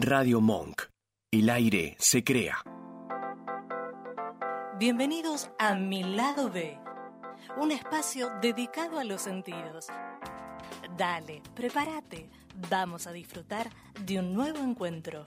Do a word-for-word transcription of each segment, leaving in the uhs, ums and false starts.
Radio Monk. El aire se crea. Bienvenidos a Mi Lado B, un espacio dedicado a los sentidos. Dale, prepárate, vamos a disfrutar de un nuevo encuentro.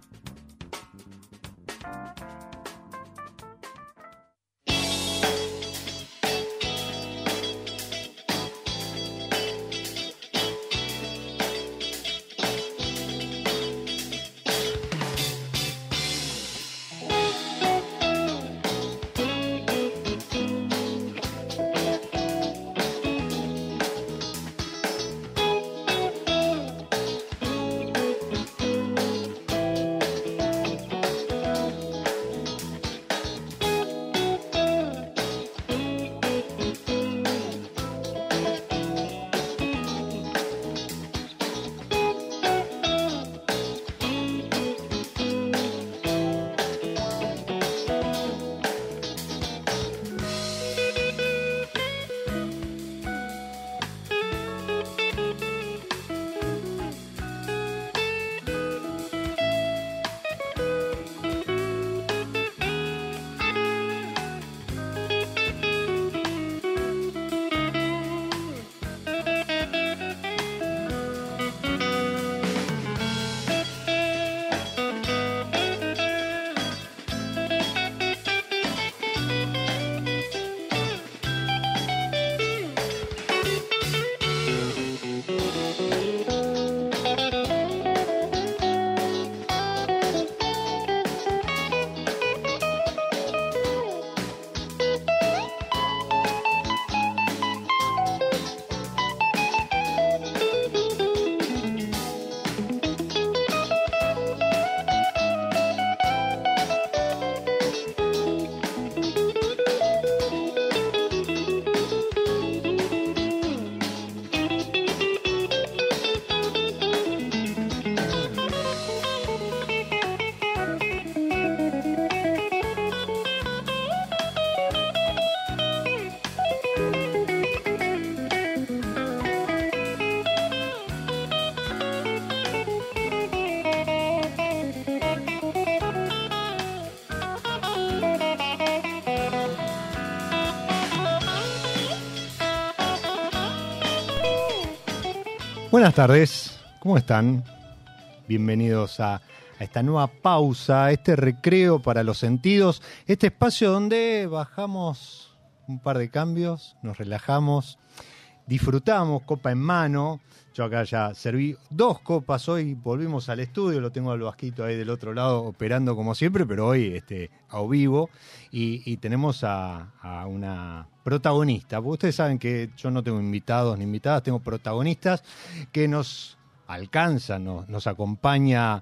Buenas tardes, ¿cómo están? Bienvenidos a, a esta nueva pausa, a este recreo para los sentidos, este espacio donde bajamos un par de cambios, nos relajamos, disfrutamos, copa en mano. Yo acá ya serví dos copas, hoy volvimos al estudio, lo tengo al Vasquito ahí del otro lado operando como siempre, pero hoy este, a vivo y, y tenemos a, a una protagonista, porque ustedes saben que yo no tengo invitados ni invitadas, tengo protagonistas que nos alcanzan, nos, nos acompaña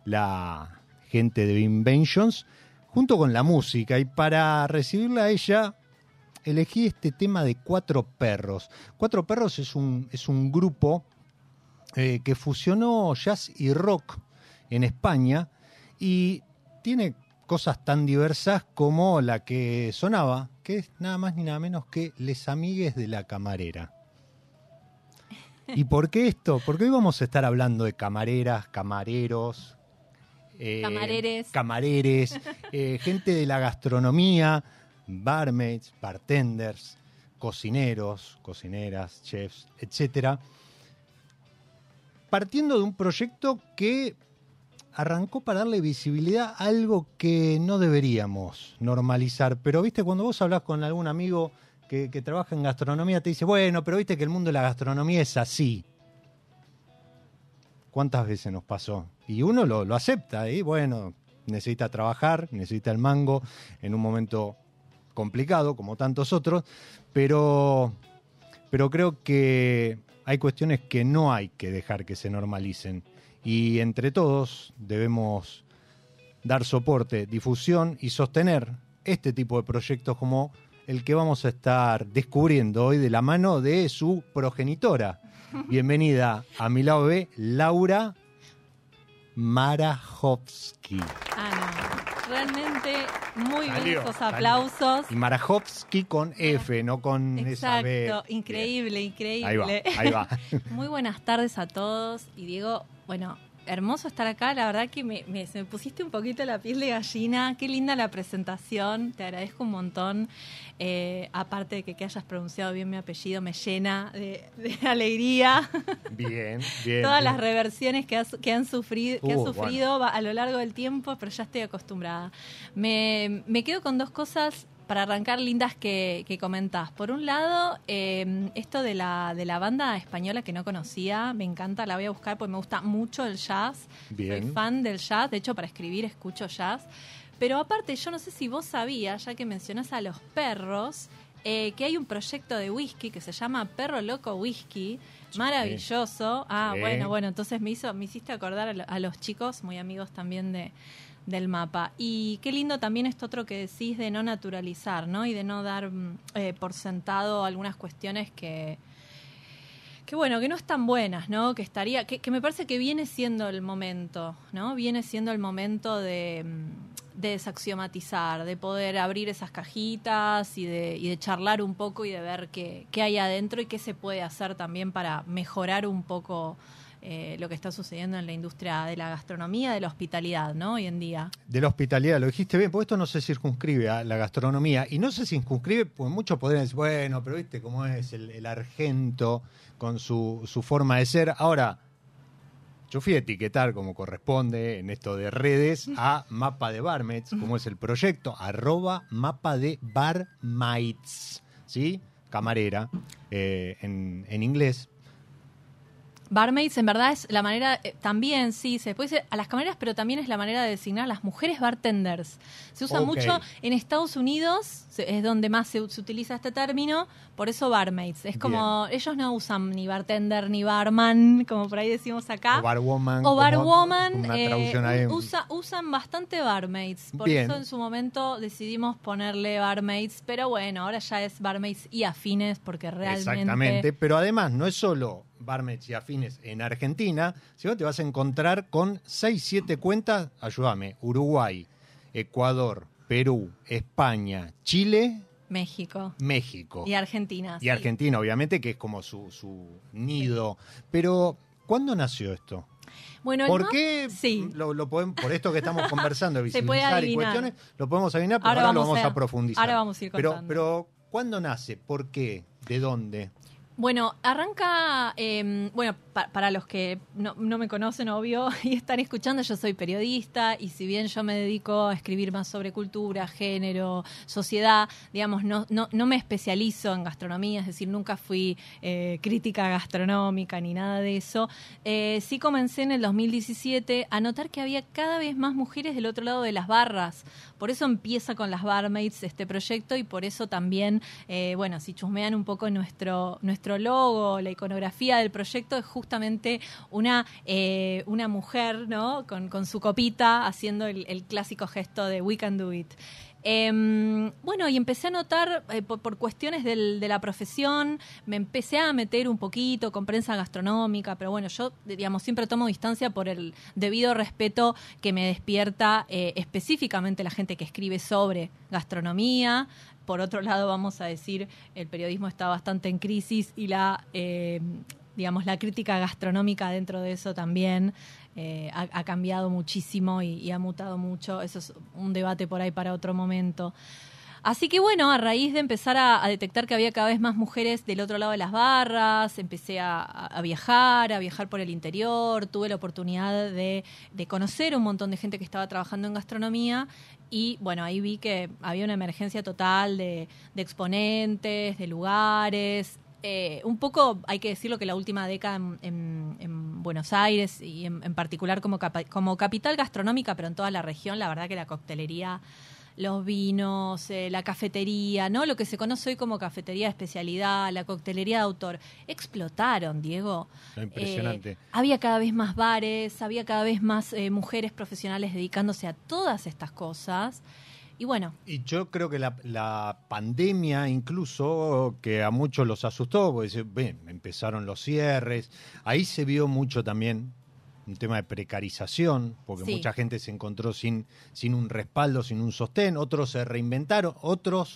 la gente de Inventions junto con la música, y para recibirla a ella elegí este tema de Cuatro Perros. Cuatro Perros es un, es un grupo eh, que fusionó jazz y rock en España y tiene cosas tan diversas como la que sonaba, que es nada más ni nada menos que Les Amigues de la Camarera. ¿Y por qué esto? Porque hoy vamos a estar hablando de camareras, camareros, eh, camareres, camareres eh, gente de la gastronomía, barmaids, bartenders, cocineros, cocineras, chefs, etcétera. Partiendo de un proyecto que arrancó para darle visibilidad a algo que no deberíamos normalizar. Pero, viste, cuando vos hablás con algún amigo que, que trabaja en gastronomía, te dice, bueno, pero viste que el mundo de la gastronomía es así. ¿Cuántas veces nos pasó? Y uno lo, lo acepta, y bueno, necesita trabajar, necesita el mango en un momento complicado, como tantos otros, pero, pero creo que hay cuestiones que no hay que dejar que se normalicen. Y entre todos debemos dar soporte, difusión y sostener este tipo de proyectos como el que vamos a estar descubriendo hoy de la mano de su progenitora. Bienvenida a Mi Lado B, Laura Marajovsky. Ah, no. Realmente muy bien Salió, esos salió. aplausos. Y Marajovsky con F, no con esa B. Exacto, increíble, increíble. Ahí va, ahí va. Muy buenas tardes a todos. Y Diego, bueno, hermoso estar acá. La verdad que me, me, me pusiste un poquito la piel de gallina. Qué linda la presentación. Te agradezco un montón. Eh, aparte de que, que hayas pronunciado bien mi apellido, me llena de, de alegría. Bien, bien. Todas bien. las reversiones que, has, que han sufrido, que Uh, han sufrido bueno. a lo largo del tiempo, pero ya estoy acostumbrada. Me, me quedo con dos cosas para arrancar lindas que, que comentás. Por un lado, eh, esto de la, de la banda española que no conocía, me encanta, la voy a buscar porque me gusta mucho el jazz. Bien. Soy fan del jazz, de hecho para escribir escucho jazz. Pero aparte, yo no sé si vos sabías, ya que mencionás a los perros, eh, que hay un proyecto de whisky que se llama Perro Loco Whisky, maravilloso. Ah, Sí. bueno, bueno, entonces me hizo, me hiciste acordar a, lo- a los chicos, muy amigos también de del mapa. Y qué lindo también esto otro que decís de no naturalizar, ¿no? Y de no dar mm, eh, por sentado algunas cuestiones que que bueno, que no están buenas, ¿no? Que estaría, que, que me parece que viene siendo el momento, ¿no? Viene siendo el momento de, mm, de desaxiomatizar, de poder abrir esas cajitas y de, y de charlar un poco y de ver qué, qué hay adentro y qué se puede hacer también para mejorar un poco eh, lo que está sucediendo en la industria de la gastronomía, de la hospitalidad, ¿no? Hoy en día. De la hospitalidad, lo dijiste bien, porque esto no se circunscribe a la gastronomía. Y no se circunscribe, pues muchos podrían decir, bueno, pero viste cómo es el, el argento con su, su forma de ser. Ahora, yo fui a etiquetar como corresponde en esto de redes a Mapa de Barmaids, como es el proyecto, arroba Mapa de Barmaids, ¿sí? Camarera, eh, en, en inglés. Barmaids en verdad es la manera, eh, también sí, se puede decir a las camareras, pero también es la manera de designar a las mujeres bartenders. Se usa Ok. mucho en Estados Unidos, se- es donde más se, se utiliza este término, por eso barmaids. Es como, ellos no usan ni bartender ni barman, como por ahí decimos acá. O barwoman. O como barwoman, una eh, traducción ahí. usa, usan bastante barmaids. Por Bien. eso en su momento decidimos ponerle barmaids, pero bueno, ahora ya es barmaids y afines, porque realmente... Exactamente, pero además no es solo barmaids y afines en Argentina, sino te vas a encontrar con seis, siete cuentas, ayúdame, Uruguay, Ecuador, Perú, España, Chile, México. México. Y Argentina. Y sí. Argentina, obviamente, que es como su, su nido. Pero, ¿cuándo nació esto? Bueno, el ¿Por map- qué? Sí. Lo, lo podemos, por esto que estamos conversando, de Se puede visibilizar y adivinar. cuestiones, lo podemos adivinar, pero Ahora ahora, lo vamos vamos a- a, profundizar. ahora vamos a ir pero, contando. pero, ¿cuándo nace? ¿Por qué? ¿De dónde? Bueno, arranca, eh, bueno, pa- para los que no, no me conocen, obvio, y están escuchando, yo soy periodista y si bien yo me dedico a escribir más sobre cultura, género, sociedad, digamos, no, no, no me especializo en gastronomía, es decir, nunca fui eh, crítica gastronómica ni nada de eso. Eh, sí comencé en el dos mil diecisiete a notar que había cada vez más mujeres del otro lado de las barras. Por eso empieza con las Barmaids este proyecto y por eso también, eh, bueno, si chusmean un poco nuestro, nuestro logo, la iconografía del proyecto es justamente una, eh, una mujer, ¿no? Con, con su copita haciendo el, el clásico gesto de We Can Do It. Eh, bueno, y empecé a notar, eh, por, por cuestiones del, de la profesión, me empecé a meter un poquito con prensa gastronómica, pero bueno, yo, digamos, siempre tomo distancia por el debido respeto que me despierta eh, específicamente la gente que escribe sobre gastronomía. Por otro lado, vamos a decir, el periodismo está bastante en crisis y la... Eh, digamos, la crítica gastronómica dentro de eso también eh, ha, ha cambiado muchísimo y, y ha mutado mucho. Eso es un debate por ahí para otro momento. Así que bueno, a raíz de empezar a, a detectar que había cada vez más mujeres del otro lado de las barras, empecé a, a viajar, a viajar por el interior, tuve la oportunidad de, de conocer un montón de gente que estaba trabajando en gastronomía y bueno, ahí vi que había una emergencia total de, de exponentes, de lugares. Eh, un poco, hay que decirlo que la última década en, en, en Buenos Aires y en, en particular como, capa, como capital gastronómica, pero en toda la región, la verdad que la coctelería, los vinos, eh, la cafetería, ¿no? Lo que se conoce hoy como cafetería de especialidad, la coctelería de autor, explotaron, Diego. Impresionante. Eh, había cada vez más bares, había cada vez más eh, mujeres profesionales dedicándose a todas estas cosas. Y bueno. Y yo creo que la, la pandemia incluso, que a muchos los asustó, porque bien, empezaron los cierres, ahí se vio mucho también un tema de precarización, porque Sí. mucha gente se encontró sin, sin un respaldo, sin un sostén, otros se reinventaron, otros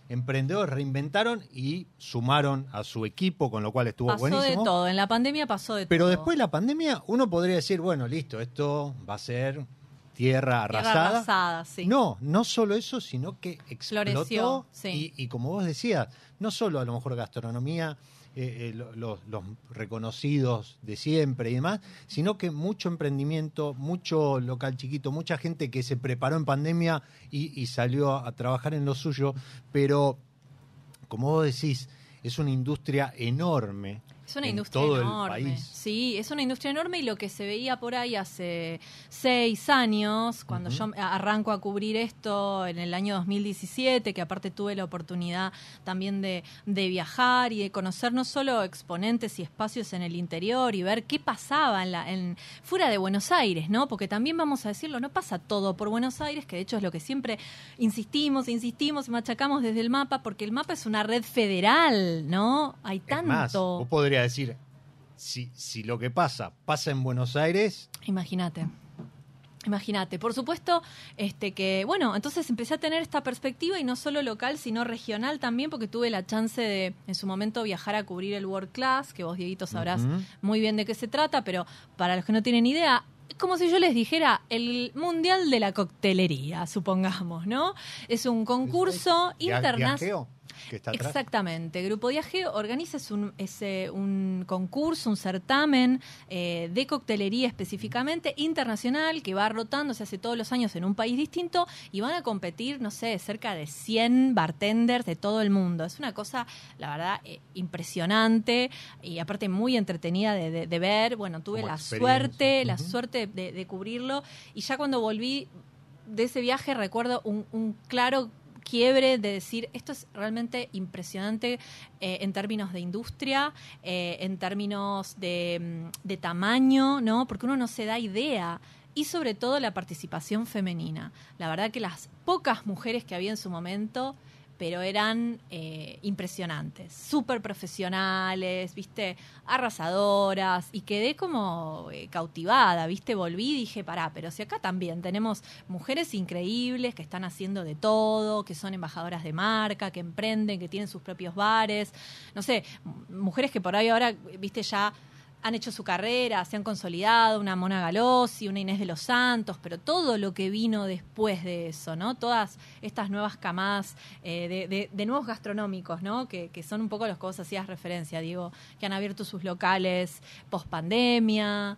emprendedores reinventaron y sumaron a su equipo, con lo cual estuvo pasó buenísimo. Pasó de todo, en la pandemia pasó de Pero todo. Pero después de la pandemia uno podría decir, bueno, listo, esto va a ser tierra arrasada. Tierra arrasada, sí. No, no solo eso, sino que explotó. Floreció, sí. y, y como vos decías, no solo a lo mejor gastronomía, eh, eh, los, los reconocidos de siempre y demás, sino que mucho emprendimiento, mucho local chiquito, mucha gente que se preparó en pandemia y, y salió a, a trabajar en lo suyo, pero como vos decís, es una industria enorme. Es una en industria todo enorme. el país. Sí, es una industria enorme y lo que se veía por ahí hace seis años, cuando uh-huh. yo arranco a cubrir esto en el año dos mil diecisiete, que aparte tuve la oportunidad también de, de viajar y de conocer no solo exponentes y espacios en el interior y ver qué pasaba en la, en, fuera de Buenos Aires, ¿no? Porque también vamos a decirlo, no pasa todo por Buenos Aires, que de hecho es lo que siempre insistimos, insistimos y machacamos desde el mapa, porque el mapa es una red federal, ¿no? Hay tanto. Es más, vos podrías decir, si, si lo que pasa, pasa en Buenos Aires... Imagínate. Imagínate, por supuesto, este que, bueno, entonces empecé a tener esta perspectiva y no solo local, sino regional también, porque tuve la chance de, en su momento, viajar a cubrir el World Class, que vos, Dieguito, sabrás uh-huh. muy bien de qué se trata, pero para los que no tienen idea, es como si yo les dijera el Mundial de la Coctelería, supongamos, ¿no? Es un concurso internacional. Que está atrás. Exactamente. Grupo Diageo organiza es un, es, eh, un concurso, un certamen eh, de coctelería específicamente internacional que va rotando, se hace todos los años en un país distinto y van a competir, no sé, cerca de cien bartenders de todo el mundo. Es una cosa, la verdad, eh, impresionante y aparte muy entretenida de, de, de ver. Bueno, tuve Como la suerte, uh-huh. la suerte de, de cubrirlo y ya cuando volví de ese viaje recuerdo un, un claro quiebre de decir, esto es realmente impresionante eh, en términos de industria, eh, en términos de, de tamaño, ¿no? Porque uno no se da idea. Y sobre todo la participación femenina. La verdad que las pocas mujeres que había en su momento, pero eran eh, impresionantes, súper profesionales, ¿viste? Arrasadoras, y quedé como eh, cautivada, ¿viste? Volví y dije, pará, pero si acá también tenemos mujeres increíbles que están haciendo de todo, que son embajadoras de marca, que emprenden, que tienen sus propios bares, no sé, mujeres que por ahí ahora, ¿viste? Ya han hecho su carrera, se han consolidado, una Mona Galossi, una Inés de los Santos, pero todo lo que vino después de eso, ¿no? Todas estas nuevas camadas eh, de, de, de nuevos gastronómicos, ¿no? Que, que son un poco los que vos hacías referencia, Diego, que han abierto sus locales post pandemia.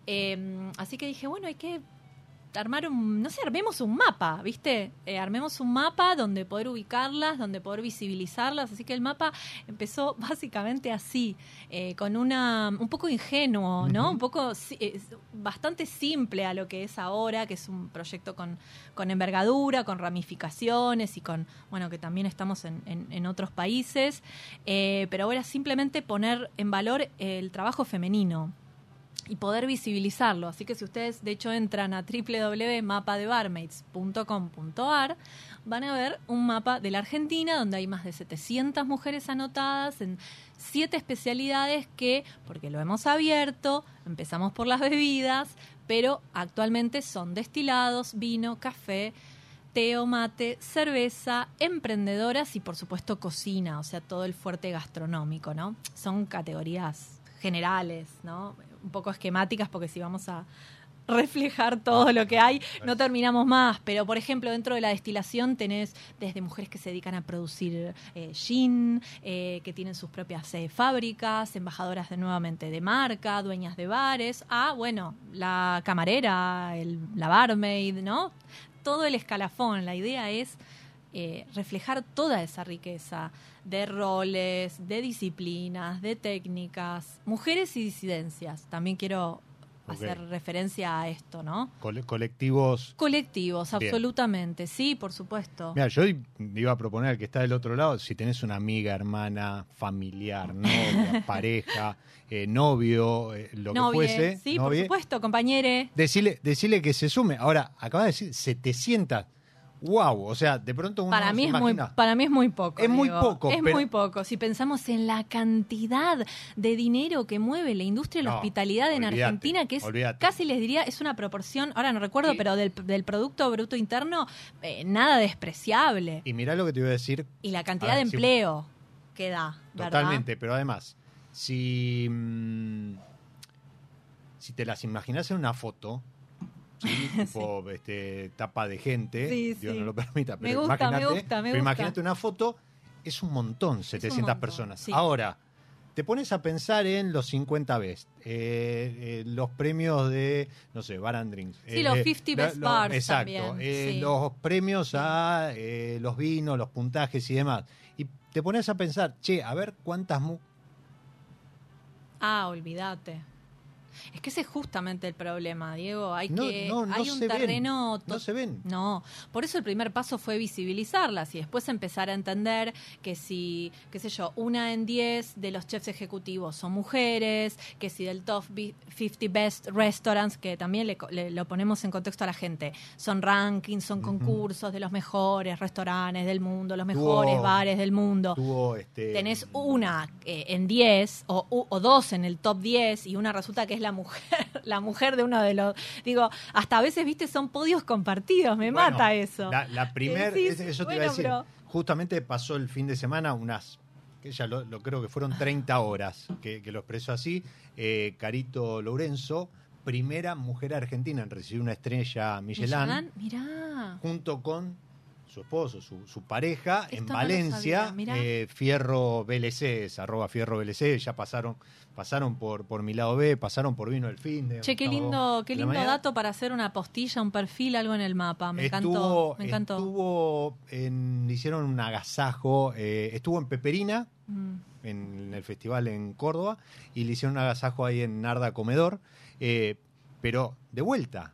Eh, así que dije, bueno, hay que armar un, no sé, armemos un mapa, ¿viste? Eh, armemos un mapa donde poder ubicarlas, donde poder visibilizarlas, así que el mapa empezó básicamente así, eh, con una, un poco ingenuo, ¿no? Uh-huh. Un poco, eh, bastante simple a lo que es ahora, que es un proyecto con, con envergadura, con ramificaciones y con, bueno, que también estamos en, en, en otros países, eh, pero ahora simplemente poner en valor el trabajo femenino y poder visibilizarlo. Así que si ustedes, de hecho, entran a doble u doble u doble u punto mapa de barmaids punto com punto a r, van a ver un mapa de la Argentina donde hay más de setecientas mujeres anotadas en siete especialidades que, porque lo hemos abierto, empezamos por las bebidas, pero actualmente son destilados, vino, café, té o mate, cerveza, emprendedoras y, por supuesto, cocina, o sea, todo el fuerte gastronómico, ¿no? Son categorías generales, ¿no? Un poco esquemáticas, porque si vamos a reflejar todo lo que hay, no terminamos más. Pero, por ejemplo, dentro de la destilación tenés desde mujeres que se dedican a producir eh, gin, eh, que tienen sus propias eh, fábricas, embajadoras de nuevamente de marca, dueñas de bares, a, bueno, la camarera, el, la barmaid, ¿no? Todo el escalafón. La idea es eh, reflejar toda esa riqueza de roles, de disciplinas, de técnicas, mujeres y disidencias. También quiero okay. hacer referencia a esto, ¿no? Cole- colectivos. Colectivos, Bien. absolutamente, sí, por supuesto. Mira, yo iba a proponer al que está del otro lado, si tenés una amiga, hermana, familiar, novia, pareja, eh, novio, eh, lo Novie, que fuese. Sí, novie, por supuesto, compañere. Decile, decile que se sume. Ahora, acabas de decir setecientas. wow, o sea, de pronto uno Para se mí es muy, imagina... para mí es muy poco. Es muy Diego. poco, Es pero- muy poco. Si pensamos en la cantidad de dinero que mueve la industria de la No, hospitalidad en olvídate, Argentina, que es olvídate. casi les diría, es una proporción, ahora no recuerdo, Y- pero del, del Producto Bruto Interno, eh, nada despreciable. Y mirá lo que te voy a decir. Y la cantidad A de ver, si- empleo que da, ¿verdad? Totalmente, pero además, si, mm, si te las imaginas en una foto, ¿sí? Tipo, este, tapa de gente, Sí, Dios sí. no lo permita, Me pero gusta, me imagínate, gusta, me pero gusta. imagínate una foto, es un montón, setecientas montón, personas. sí. Ahora, te pones a pensar en los cincuenta Best, eh, eh, los premios de, no sé, Bar and Drinks. Sí, eh, los eh, cincuenta Best lo- Bars Exacto, también, eh, sí. los premios a eh, los vinos, los puntajes y demás. Y te pones a pensar, che, a ver cuántas... mu- Ah, olvídate. Es que ese es justamente el problema, Diego. Hay No, que no, no hay un se ven, terreno no to- se ven. No, por eso el primer paso fue visibilizarlas y después empezar a entender que si, qué sé yo, una en diez de los chefs ejecutivos son mujeres, que si del top bi- cincuenta best restaurants, que también le, co- le- lo ponemos en contexto a la gente, son rankings, son concursos de los mejores restaurantes del mundo, los mejores Tuvo- bares del mundo. Tuvo este... Tenés una eh, en diez o, u- o dos en el top diez y una resulta que es la mujer, la mujer de uno de los... Digo, hasta a veces, viste, son podios compartidos, me Bueno, mata eso. La, la primer, Que es- decís, eso te bueno, iba a decir. pero- Justamente pasó el fin de semana unas, que ya lo, lo creo que fueron treinta horas, que, que lo expresó así, eh, Carito Lourenço, primera mujer argentina en recibir una estrella Michelin, Michelin, mirá. junto con su esposo, su, su pareja, Esto en no lo Valencia, sabía, mirá. eh, Fierro B L C, es arroba Fierro B L C, ya pasaron, pasaron por, por mi lado B, pasaron por Vino del Fin de Che, qué sábado lindo, qué de la lindo mañana. dato para hacer una postilla, un perfil, algo en el mapa. Me estuvo, encantó, me encantó. Estuvo en, hicieron un agasajo, eh, estuvo en Peperina, Mm. en el festival en Córdoba, y le hicieron un agasajo ahí en Narda Comedor, eh, pero de vuelta.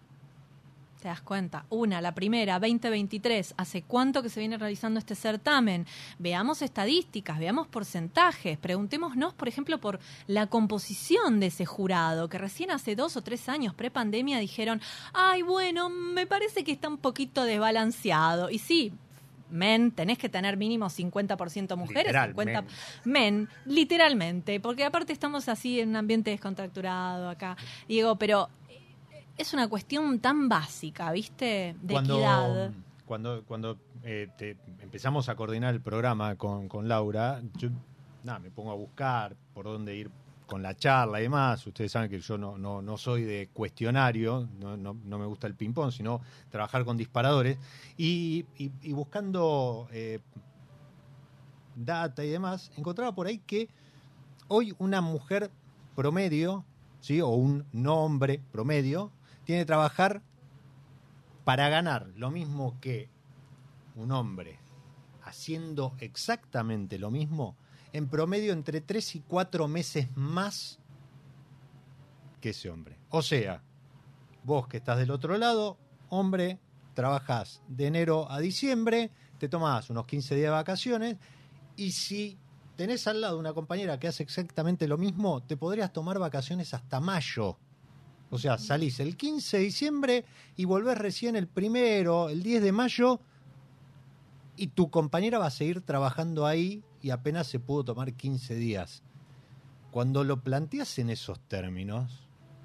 Te das cuenta. Una, la primera, veinte veintitrés. ¿Hace cuánto que se viene realizando este certamen? Veamos estadísticas, veamos porcentajes. Preguntémonos, por ejemplo, por la composición de ese jurado, que recién hace dos o tres años, pre-pandemia, dijeron, ay, bueno, me parece que está un poquito desbalanceado. Y sí, men, tenés que tener mínimo cincuenta por ciento mujeres, Literal, cincuenta men, literalmente, porque aparte estamos así en un ambiente descontracturado acá. Diego, pero es una cuestión tan básica, ¿viste? De cuando, equidad. Cuando, cuando eh, te- empezamos a coordinar el programa con, con Laura, yo nada, me pongo a buscar por dónde ir con la charla y demás. Ustedes saben que yo no, no, no soy de cuestionario, no, no, no me gusta el ping-pong, sino trabajar con disparadores. Y, y, y buscando eh, data y demás, encontraba por ahí que hoy una mujer promedio, ¿sí? O un no hombre promedio, tiene que trabajar para ganar lo mismo que un hombre haciendo exactamente lo mismo, en promedio entre tres y cuatro meses más que ese hombre. O sea, vos que estás del otro lado, hombre, trabajás de enero a diciembre, te tomás unos quince días de vacaciones, y si tenés al lado una compañera que hace exactamente lo mismo, te podrías tomar vacaciones hasta mayo. O sea, salís el quince de diciembre y volvés recién el primero, el diez de mayo, y tu compañera va a seguir trabajando ahí y apenas se pudo tomar quince días. Cuando lo planteas en esos términos,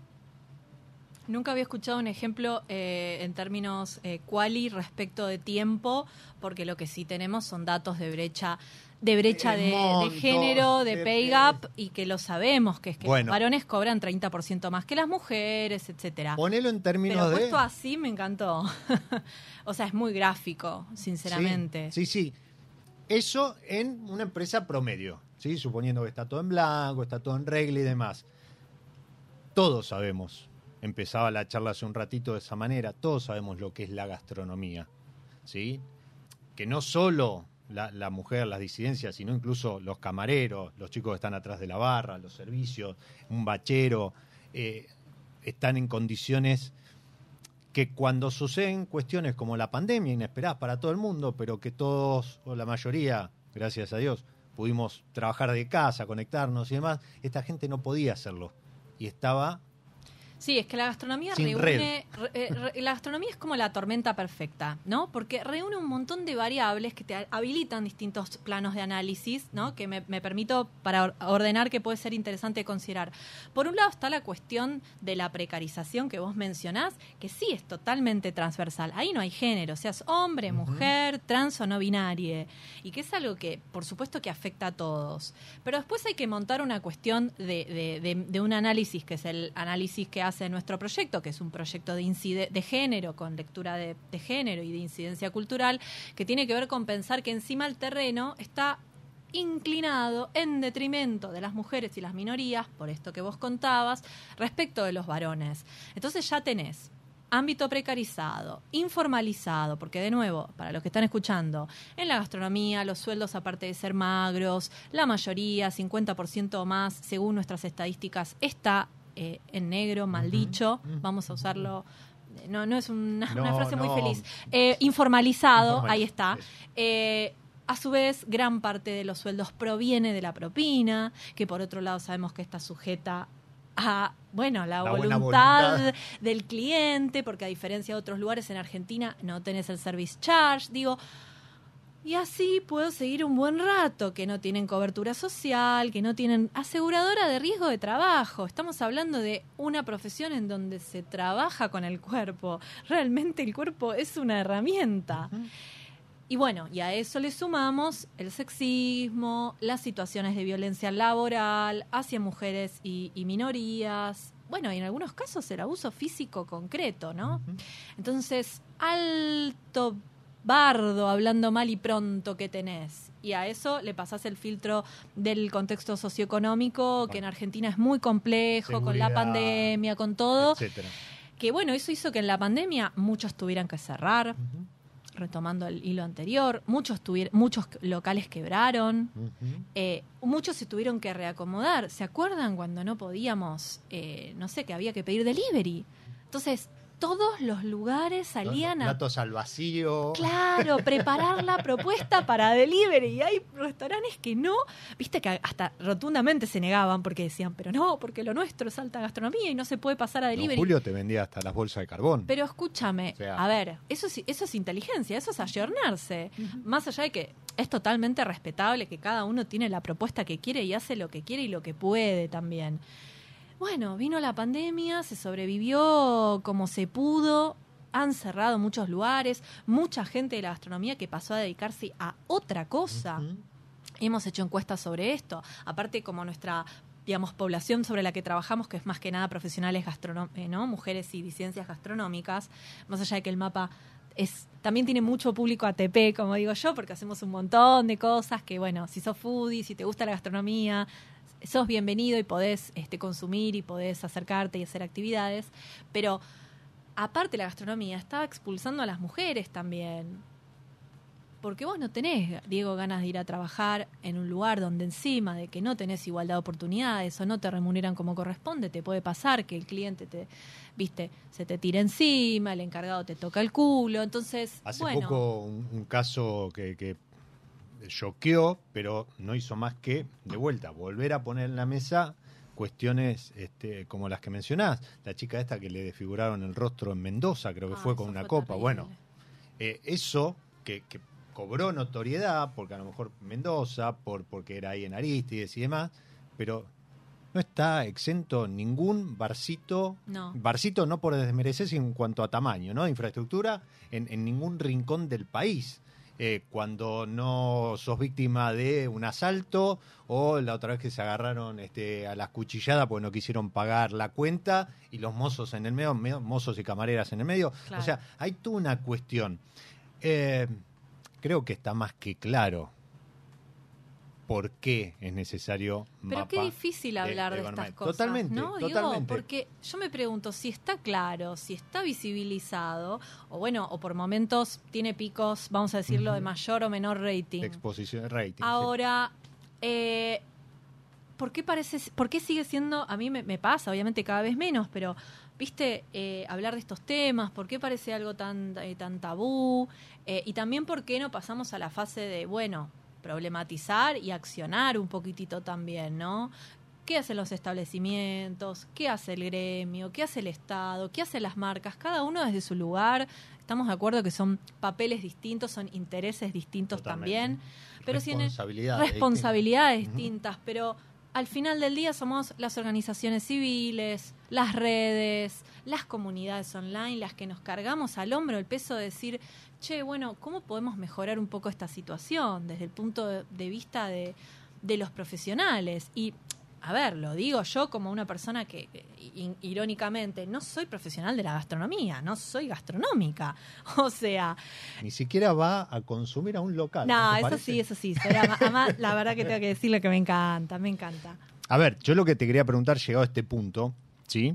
Nunca había escuchado un ejemplo eh, en términos eh, quali respecto de tiempo, porque lo que sí tenemos son datos de brecha de brecha El de, de monto, género, de de- pay gap, y que lo sabemos, que es que Bueno. los varones cobran treinta por ciento más que las mujeres, etcétera. ponelo en términos Pero de... puesto así me encantó. O sea, es muy gráfico, sinceramente. Sí, sí, sí. Eso en una empresa promedio, ¿sí? Suponiendo que está todo en blanco, está todo en regla y demás. Todos sabemos, empezaba la charla hace un ratito de esa manera, todos sabemos lo que es la gastronomía, ¿sí? Que no solo la, la mujer, las disidencias, sino incluso los camareros, los chicos que están atrás de la barra, los servicios, un bachero, eh, están en condiciones que cuando suceden cuestiones como la pandemia, inesperadas para todo el mundo, pero que todos, o la mayoría, gracias a Dios, pudimos trabajar de casa, conectarnos y demás, esta gente no podía hacerlo. Y estaba Sí, es que la gastronomía Sin reúne, re, eh, re, la gastronomía es como la tormenta perfecta, ¿no? Porque reúne un montón de variables que te habilitan distintos planos de análisis, ¿no? Que me, me permito para ordenar que puede ser interesante considerar. Por un lado está la cuestión de la precarización que vos mencionás, que sí es totalmente transversal. Ahí no hay género, seas hombre, uh-huh. mujer, trans o no binario, y que es algo que, por supuesto, que afecta a todos. Pero después hay que montar una cuestión de, de, de, de un análisis, que es el análisis que hace nuestro proyecto, que es un proyecto de, incide- de género, con lectura de, de género y de incidencia cultural, que tiene que ver con pensar que encima el terreno está inclinado en detrimento de las mujeres y las minorías, por esto que vos contabas, respecto de los varones. Entonces ya tenés ámbito precarizado, informalizado, porque de nuevo, para los que están escuchando, en la gastronomía los sueldos, aparte de ser magros, la mayoría, cincuenta por ciento o más, según nuestras estadísticas, está eh, en negro, mal dicho, uh-huh. vamos a usarlo, no, no es una, no, una frase no. muy feliz, eh, informalizado, Informal. ahí está, eh, a su vez, gran parte de los sueldos proviene de la propina, que por otro lado sabemos que está sujeta a, bueno, la, la voluntad, voluntad del cliente, porque a diferencia de otros lugares en Argentina no tenés el service charge, digo, y así puedo seguir un buen rato, que no tienen cobertura social, que no tienen aseguradora de riesgo de trabajo. Estamos hablando de una profesión en donde se trabaja con el cuerpo. Realmente el cuerpo es una herramienta. Uh-huh. Y bueno, y a eso le sumamos el sexismo, las situaciones de violencia laboral hacia mujeres y, y minorías, bueno, y en algunos casos el abuso físico concreto, ¿no? Uh-huh. Entonces, alto bardo, hablando mal y pronto que tenés. Y a eso le pasás el filtro del contexto socioeconómico, bueno, que en Argentina es muy complejo, seguridad, con la pandemia, con todo. Etcétera. Que bueno, eso hizo que en la pandemia muchos tuvieran que cerrar. Uh-huh. Retomando el hilo anterior, muchos tuvier- muchos locales quebraron, uh-huh. eh, muchos se tuvieron que reacomodar. ¿Se acuerdan cuando no podíamos, eh, no sé, que había que pedir delivery? Entonces, todos los lugares salían los platos a... al vacío. Claro, preparar la propuesta para delivery. Y hay restaurantes que no, viste que hasta rotundamente se negaban porque decían, pero no, porque lo nuestro es alta gastronomía y no se puede pasar a delivery. No, Julio te vendía hasta las bolsas de carbón. Pero escúchame, o sea, a ver, eso es, eso es inteligencia, eso es ayornarse. Uh-huh. Más allá de que es totalmente respetable que cada uno tiene la propuesta que quiere y hace lo que quiere y lo que puede también. Bueno, vino la pandemia, se sobrevivió como se pudo, han cerrado muchos lugares, mucha gente de la gastronomía que pasó a dedicarse a otra cosa. Uh-huh. Hemos hecho encuestas sobre esto. Aparte, como nuestra, digamos, población sobre la que trabajamos, que es más que nada profesionales gastronómicos, ¿no? Mujeres y disidencias gastronómicas, más allá de que el mapa es también tiene mucho público A T P, como digo yo, porque hacemos un montón de cosas que, bueno, si sos foodie, si te gusta la gastronomía, sos bienvenido y podés este, consumir y podés acercarte y hacer actividades, pero aparte la gastronomía estaba expulsando a las mujeres también, porque vos no tenés, Diego, ganas de ir a trabajar en un lugar donde encima de que no tenés igualdad de oportunidades o no te remuneran como corresponde, te puede pasar que el cliente te, viste, se te tira encima, el encargado te toca el culo, entonces, hace bueno. poco un, un caso que... que choqueó, pero no hizo más que, de vuelta, volver a poner en la mesa cuestiones este, como las que mencionás. La chica esta que le desfiguraron el rostro en Mendoza, creo que ah, fue con una fue copa. Terrible. Bueno, eh, eso que, que cobró notoriedad, porque a lo mejor Mendoza, por porque era ahí en Arístides y demás, pero no está exento ningún barcito, no. barcito no por desmerecerse en cuanto a tamaño, ¿no? Infraestructura en, en ningún rincón del país. Eh, cuando no sos víctima de un asalto o la otra vez que se agarraron este, a las cuchilladas porque no quisieron pagar la cuenta y los mozos en el medio, mozos y camareras en el medio. Claro. O sea, hay toda una cuestión. Eh, creo que está más que claro por qué es necesario Pero mapa qué difícil hablar de, de, de estas cosas, totalmente, ¿no? Totalmente. Digo, porque yo me pregunto si está claro, si está visibilizado, o bueno, o por momentos tiene picos, vamos a decirlo, uh-huh. de mayor o menor rating. De exposición de rating. Ahora, sí. eh, ¿por qué parece, por qué sigue siendo, a mí me, me pasa, obviamente cada vez menos, pero, viste, eh, hablar de estos temas, ¿por qué parece algo tan, eh, tan tabú? Eh, y también, ¿por qué no pasamos a la fase de, bueno, problematizar y accionar un poquitito también, ¿no? qué hacen los establecimientos, qué hace el gremio, qué hace el Estado, qué hacen las marcas, cada uno desde su lugar. Estamos de acuerdo que son papeles distintos, son intereses distintos. Totalmente. También. Pero responsabilidades, responsabilidades distintas, distintas, pero al final del día somos las organizaciones civiles, las redes, las comunidades online, las que nos cargamos al hombro el peso de decir, che, bueno, ¿cómo podemos mejorar un poco esta situación desde el punto de vista de, de los profesionales? Y, a ver, lo digo yo como una persona que, irónicamente, no soy profesional de la gastronomía, no soy gastronómica. O sea... Ni siquiera va a consumir a un local. No, ¿no eso parece? sí, eso sí. Además, la verdad que tengo que decirle que me encanta, me encanta. A ver, yo lo que te quería preguntar, llegado a este punto, ¿sí?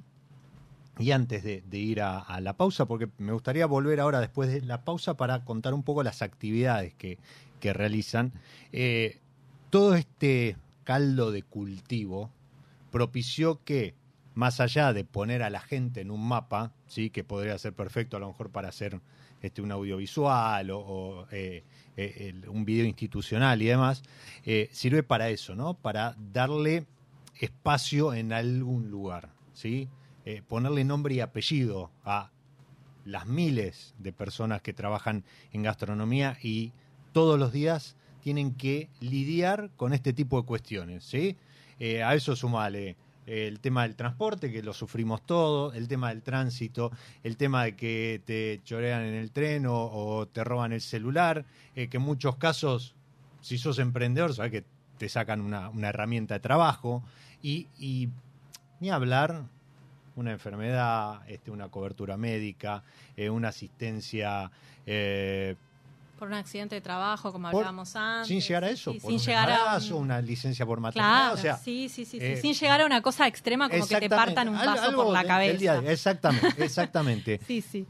Y antes de, de ir a, a la pausa, porque me gustaría volver ahora después de la pausa para contar un poco las actividades que, que realizan. Eh, todo este caldo de cultivo propició que, más allá de poner a la gente en un mapa, ¿sí? Que podría ser perfecto a lo mejor para hacer este, un audiovisual o, o eh, eh, el, un video institucional y demás, eh, sirve para eso, ¿no? Para darle espacio en algún lugar, ¿sí? Eh, ponerle nombre y apellido a las miles de personas que trabajan en gastronomía y todos los días tienen que lidiar con este tipo de cuestiones, ¿sí? Eh, a eso sumale eh, el tema del transporte, que lo sufrimos todos, el tema del tránsito, el tema de que te chorean en el tren o, o te roban el celular, eh, que en muchos casos, si sos emprendedor, sabés que te sacan una, una herramienta de trabajo y, y ni hablar una enfermedad, este, una cobertura médica, eh, una asistencia... Eh, por un accidente de trabajo, como por, hablábamos antes. Sin llegar a eso, sí, por sin un llegar embarazo, a un... una licencia por maternidad. Claro, o sea, sí, sí, sí, eh, sí. Sin llegar a una cosa extrema como que te partan un vaso algo por la del, cabeza. Del día, exactamente, exactamente. Sí, sí.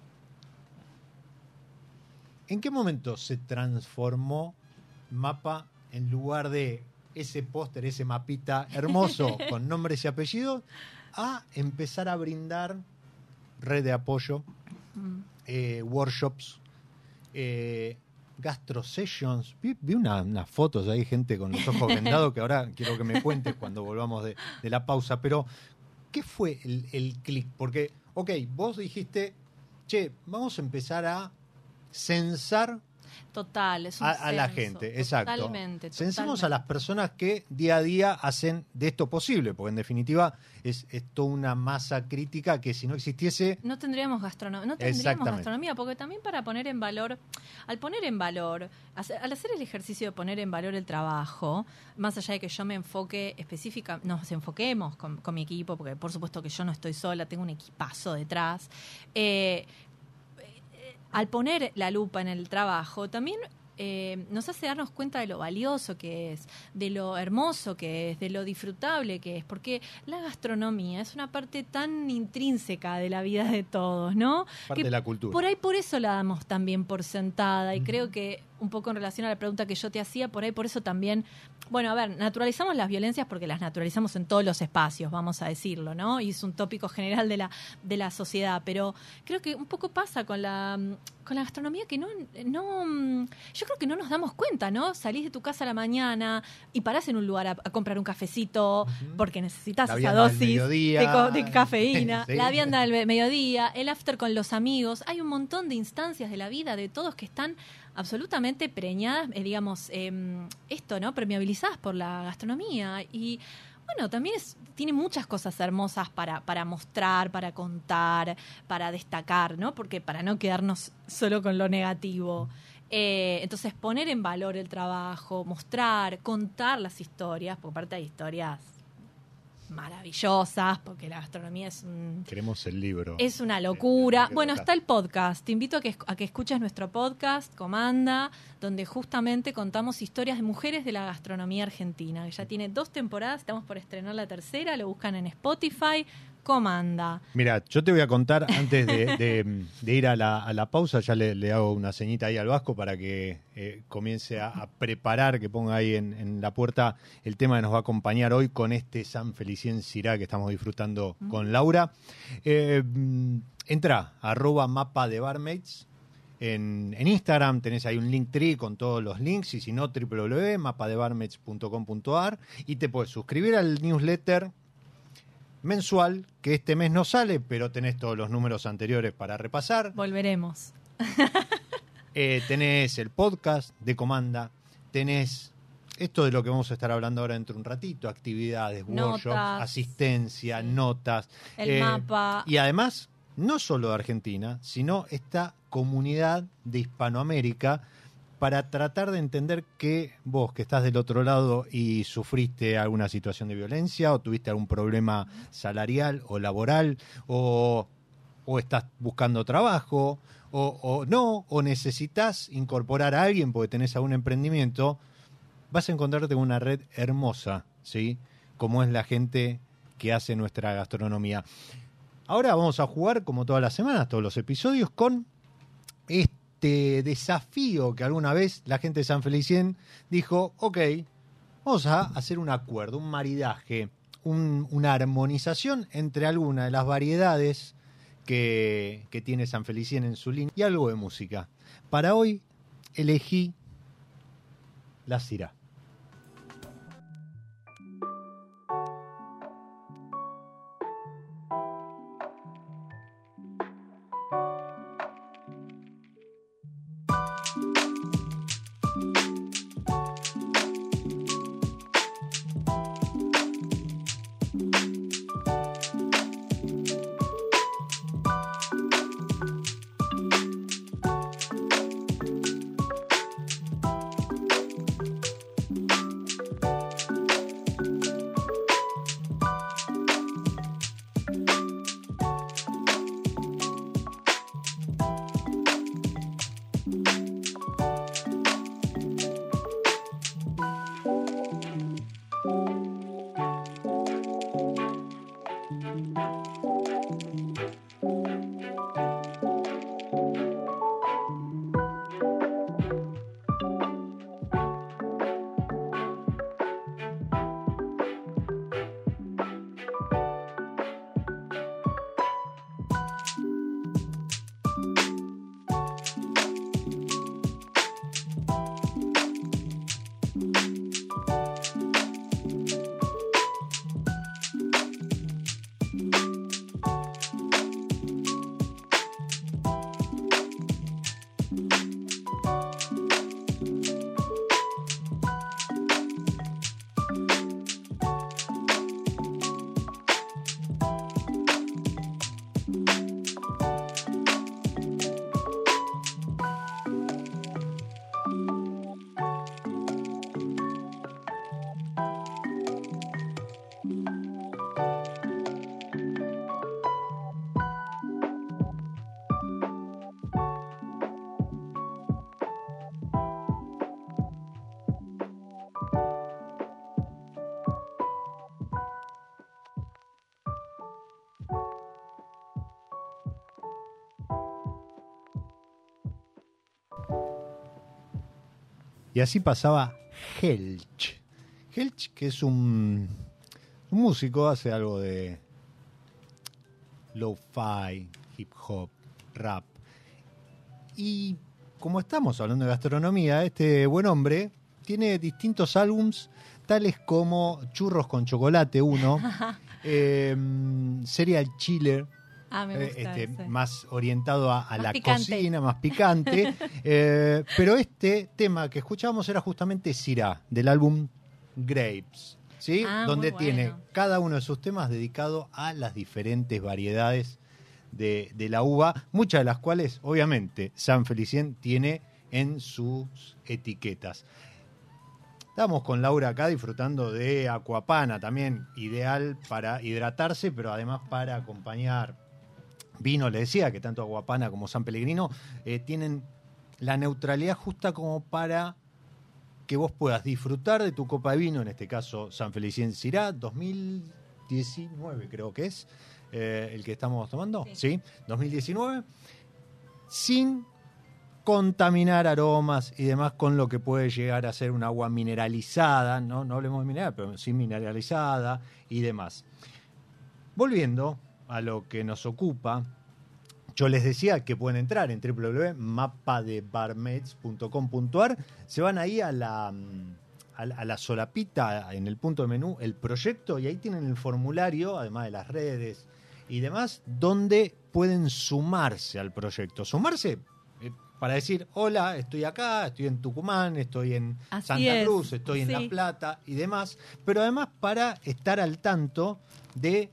¿En qué momento se transformó Mapa en lugar de ese póster, ese mapita hermoso con nombres y apellidos, a empezar a brindar red de apoyo, mm. eh, workshops, eh, gastro sessions? Vi, vi unas una fotos ahí, gente con los ojos vendados, que ahora quiero que me cuentes cuando volvamos de, de la pausa. Pero, ¿qué fue el, el clic? Porque, ok, vos dijiste, che, vamos a empezar a censar Total, es un a, a la censo, gente, exacto. Totalmente, Censemos totalmente. a las personas que día a día hacen de esto posible, porque en definitiva es, es toda una masa crítica que si no existiese... No tendríamos gastronomía, no tendríamos gastronomía, porque también para poner en valor, al poner en valor, al hacer el ejercicio de poner en valor el trabajo, más allá de que yo me enfoque específica, nos enfoquemos con, con mi equipo, porque por supuesto que yo no estoy sola, tengo un equipazo detrás, eh, al poner la lupa en el trabajo, también eh, nos hace darnos cuenta de lo valioso que es, de lo hermoso que es, de lo disfrutable que es, porque la gastronomía es una parte tan intrínseca de la vida de todos, ¿no? Parte que de la cultura. Por ahí por eso la damos también por sentada, y uh-huh. creo que un poco en relación a la pregunta que yo te hacía, por ahí por eso también, bueno, a ver, naturalizamos las violencias porque las naturalizamos en todos los espacios, vamos a decirlo, ¿no? Y es un tópico general de la de la sociedad, pero creo que un poco pasa con la con la gastronomía que no no yo creo que no nos damos cuenta, ¿no? Salís de tu casa a la mañana y parás en un lugar a, a comprar un cafecito uh-huh. porque necesitas la esa dosis de, co- de cafeína, sí. la vianda del mediodía, el after con los amigos. Hay un montón de instancias de la vida de todos que están absolutamente preñadas, eh, digamos, eh, esto, ¿no? Permeabilizadas por la gastronomía. Y bueno, también es, tiene muchas cosas hermosas para, para mostrar, para contar, para destacar, ¿no? Porque para no quedarnos solo con lo negativo. Eh, entonces, poner en valor el trabajo, mostrar, contar las historias, porque aparte hay historias maravillosas, porque la gastronomía es un... Queremos el libro. Es una locura. Bueno, está el podcast. Te invito a que, a que escuches nuestro podcast, Comanda, donde justamente contamos historias de mujeres de la gastronomía argentina, que ya tiene dos temporadas, estamos por estrenar la tercera, lo buscan en Spotify, Comanda. Mira, yo te voy a contar, antes de, de, de ir a la, a la pausa, ya le, le hago una ceñita ahí al Vasco para que eh, comience a, a preparar, que ponga ahí en, en la puerta el tema que nos va a acompañar hoy con este San Felicien Sirá que estamos disfrutando mm. con Laura. Eh, entra, arroba mapa de barmaids, en, en Instagram, tenés ahí un Linktree con todos los links, y si no, doble u doble u doble u punto mapa de barmets punto com punto a r, y te puedes suscribir al newsletter mensual, que este mes no sale, pero tenés todos los números anteriores para repasar. Volveremos. Eh, tenés el podcast de Comanda, tenés esto de lo que vamos a estar hablando ahora dentro de un ratito, actividades, Notas. workshops, asistencia, notas. El eh, mapa. Y además, no solo de Argentina, sino esta comunidad de Hispanoamérica, para tratar de entender que vos, que estás del otro lado y sufriste alguna situación de violencia o tuviste algún problema salarial o laboral, o, o estás buscando trabajo, o, o no, o necesitas incorporar a alguien porque tenés algún emprendimiento, vas a encontrarte con una red hermosa, ¿sí? Como es la gente que hace nuestra gastronomía. Ahora vamos a jugar, como todas las semanas, todos los episodios, con este Este desafío que alguna vez la gente de San Felicien dijo, ok, vamos a hacer un acuerdo, un maridaje, un, una armonización entre alguna de las variedades que, que tiene San Felicien en su línea y algo de música. Para hoy elegí la Syrah. Y así pasaba Helch. Helch, que es un, un músico, hace algo de lo-fi, hip hop, rap. Y como estamos hablando de gastronomía, este buen hombre tiene distintos álbums, tales como Churros con Chocolate uno, eh, Serial Chiller, Ah, me gusta este, ese. más orientado a, a Más la picante. cocina, más picante. eh, pero este tema que escuchábamos era justamente Syrah, del álbum Grapes, ¿sí? Ah, Donde muy tiene bueno. cada uno de sus temas dedicado a las diferentes variedades de, de la uva, muchas de las cuales, obviamente, San Felicien tiene en sus etiquetas. Estamos con Laura acá disfrutando de Aquapana, también ideal para hidratarse, pero además para acompañar vino. Le decía que tanto Aquapana como San Pellegrino eh, tienen la neutralidad justa como para que vos puedas disfrutar de tu copa de vino, en este caso San Felicien Syrah dos mil diecinueve creo que es eh, el que estamos tomando, Sí. ¿sí? dos mil diecinueve, sin contaminar aromas y demás con lo que puede llegar a ser un agua mineralizada, no, no hablemos de mineral, pero sí mineralizada y demás. Volviendo a lo que nos ocupa, yo les decía que pueden entrar en doble u doble u doble u punto mapa de barmaids punto com punto a r, se van ahí a la, a la, a la solapita, en el punto de menú, el proyecto, y ahí tienen el formulario, además de las redes y demás, donde pueden sumarse al proyecto. Sumarse eh, para decir, hola, estoy acá, estoy en Tucumán, estoy en Así Santa es. Cruz, estoy en Sí. La Plata y demás, pero además para estar al tanto de,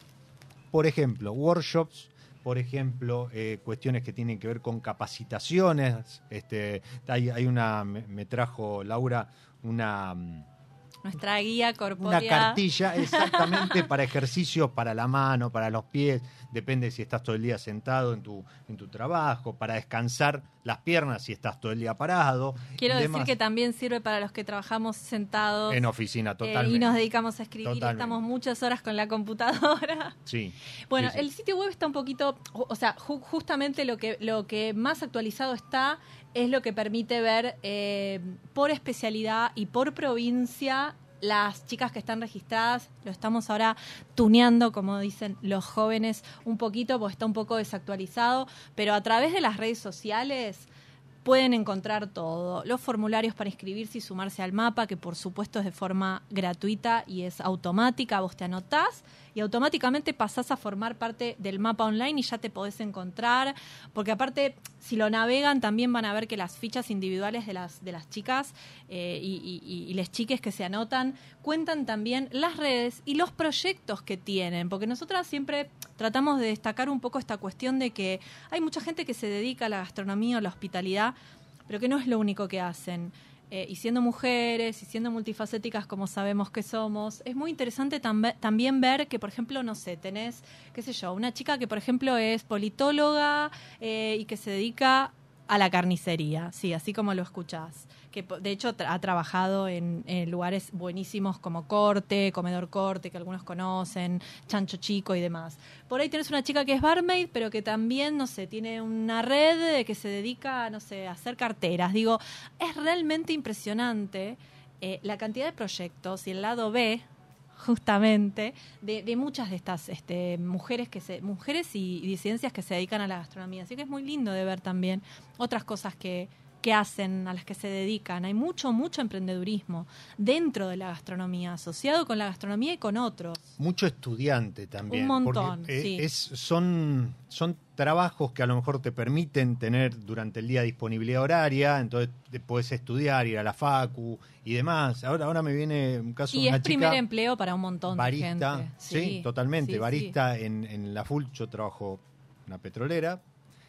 por ejemplo, workshops, por ejemplo, eh, cuestiones que tienen que ver con capacitaciones. Este, hay, hay una, me, me trajo Laura una, Nuestra guía corpórea. una cartilla exactamente para ejercicios para la mano, para los pies, depende si estás todo el día sentado en tu, en tu trabajo, para descansar las piernas si estás todo el día parado. Quiero y decir demás. que también sirve para los que trabajamos sentados. En oficina, eh, totalmente. y nos dedicamos a escribir y Totalmente. estamos muchas horas con la computadora. Sí. Bueno, Sí, sí. el sitio web está un poquito, o sea, ju- justamente lo que, lo que más actualizado está es lo que permite ver eh, por especialidad y por provincia las chicas que están registradas. Lo estamos ahora tuneando, como dicen los jóvenes, un poquito, porque está un poco desactualizado, pero a través de las redes sociales pueden encontrar todo, los formularios para inscribirse y sumarse al mapa, que por supuesto es de forma gratuita y es automática. Vos te anotás y automáticamente pasás a formar parte del mapa online y ya te podés encontrar, porque aparte, si lo navegan, también van a ver que las fichas individuales de las, de las chicas eh, y, y, y les chiques que se anotan cuentan también las redes y los proyectos que tienen, porque nosotras siempre tratamos de destacar un poco esta cuestión de que hay mucha gente que se dedica a la gastronomía o la hospitalidad, pero que no es lo único que hacen. Eh, y siendo mujeres y siendo multifacéticas como sabemos que somos, es muy interesante tam- también ver que, por ejemplo, no sé, tenés, qué sé yo, una chica que, por ejemplo, es politóloga eh, y que se dedica a la carnicería, sí, así como lo escuchás, que po- de hecho tra- ha trabajado en, en lugares buenísimos como Corte, Comedor Corte, que algunos conocen, Chancho Chico y demás. Por ahí tenés una chica que es barmaid, pero que también, no sé, tiene una red que se dedica, no sé, a hacer carteras. Digo, es realmente impresionante eh, la cantidad de proyectos y el lado B, justamente, de, de muchas de estas este, mujeres que se mujeres y, y disidencias que se dedican a la gastronomía. Así que es muy lindo de ver también otras cosas que, que hacen, a las que se dedican. Hay mucho, mucho emprendedurismo dentro de la gastronomía, asociado con la gastronomía y con otros. Mucho estudiante también. Un montón, porque, eh, sí. es, son, son trabajos que a lo mejor te permiten tener durante el día disponibilidad horaria, entonces te puedes estudiar, ir a la facu y demás. Ahora, ahora me viene un caso Y de una es chica primer empleo para un montón barista, de gente. sí, totalmente, sí, barista En, en la full. Yo trabajo en una petrolera,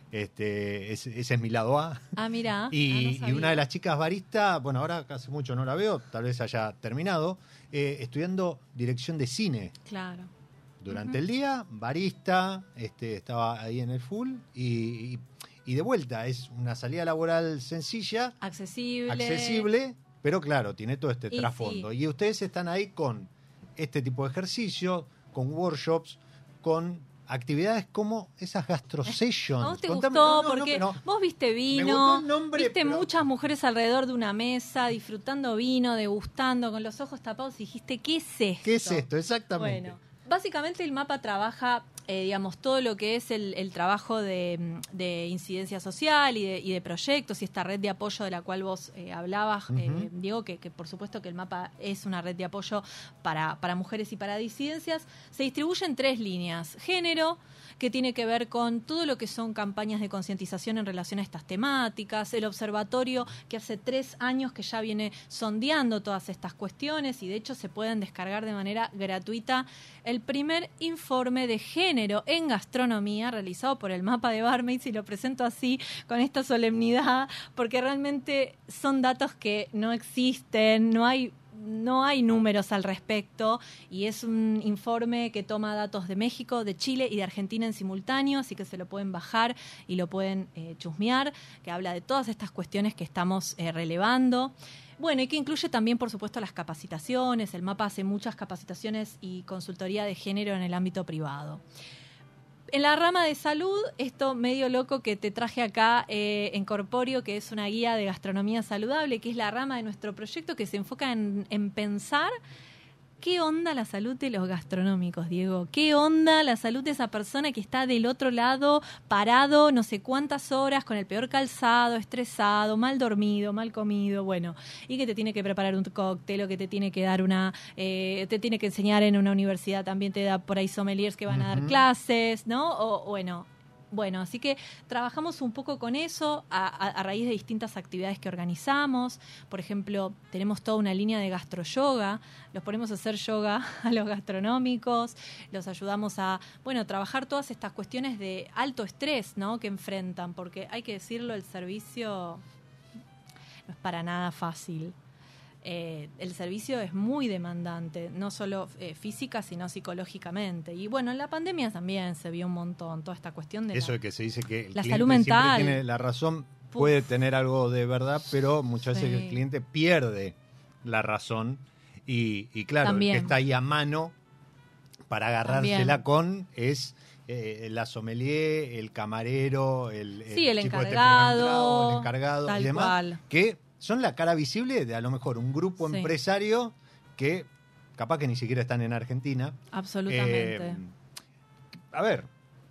este, ese, ese es mi lado A. Ah, mira. Y, y una de las chicas baristas, bueno, ahora hace mucho no la veo, tal vez haya terminado, eh, estudiando dirección de cine. Claro. Durante Ujú. el día, barista, este, estaba ahí en el full y, y, y de vuelta, es una salida laboral sencilla, Accesible. accesible, pero claro, tiene todo este Y trasfondo. sí. Y ustedes están ahí con este tipo de ejercicio, con workshops, con actividades como esas gastro sessions. ¿A vos te Contame- gustó? no, no, no, Porque no. vos viste Me gustó vino, el nombre, viste pero- muchas mujeres alrededor de una mesa, disfrutando vino, degustando, con los ojos tapados, y dijiste, ¿qué es esto? ¿Qué es esto? Exactamente. Bueno, básicamente el mapa trabaja, eh, digamos, todo lo que es el, el trabajo de, de incidencia social y de, y de proyectos y esta red de apoyo de la cual vos eh, hablabas, Ujú. eh, Diego, que, que por supuesto que el mapa es una red de apoyo para, para mujeres y para disidencias, se distribuye en tres líneas. Género, que tiene que ver con todo lo que son campañas de concientización en relación a estas temáticas, el observatorio que hace tres años que ya viene sondeando todas estas cuestiones y de hecho se pueden descargar de manera gratuita el primer informe de género en gastronomía realizado por el mapa de Barmaids, y lo presento así con esta solemnidad porque realmente son datos que no existen, no hay No hay números al respecto y es un informe que toma datos de México, de Chile y de Argentina en simultáneo, así que se lo pueden bajar y lo pueden eh, chusmear, que habla de todas estas cuestiones que estamos eh, relevando. Bueno, y que incluye también, por supuesto, las capacitaciones. El mapa hace muchas capacitaciones y consultoría de género en el ámbito privado. En la rama de salud, esto medio loco que te traje acá eh, en Corpóreo, que es una guía de gastronomía saludable, que es la rama de nuestro proyecto que se enfoca en, en pensar ¿qué onda la salud de los gastronómicos, Diego? ¿Qué onda la salud de esa persona que está del otro lado, parado no sé cuántas horas, con el peor calzado, estresado, mal dormido, mal comido, bueno, y que te tiene que preparar un cóctel o que te tiene que dar una, eh, te tiene que enseñar en una universidad, también te da por ahí sommeliers que van a dar Ujú. clases, ¿no? O bueno... Bueno, así que trabajamos un poco con eso a, a, a raíz de distintas actividades que organizamos. Por ejemplo, tenemos toda una línea de gastroyoga. Los ponemos a hacer yoga a los gastronómicos. Los ayudamos a, bueno, trabajar todas estas cuestiones de alto estrés, ¿no? Que enfrentan. Porque hay que decirlo, el servicio no es para nada fácil. Eh, el servicio es muy demandante, no solo eh, física, sino psicológicamente. Y bueno, en la pandemia también se vio un montón toda esta cuestión de Eso la, de que se dice que el la cliente salud siempre mental. tiene la razón, Puf. puede tener algo de verdad, pero muchas Sí. veces el cliente pierde la razón y, y claro, También. el que está ahí a mano para agarrársela También. con es eh, la sommelier, el camarero, el, Sí, el chico este encargado, primer el encargado tal y demás, cual. que son la cara visible de a lo mejor un grupo Sí. empresario que capaz que ni siquiera están en Argentina. Absolutamente. Eh, a ver,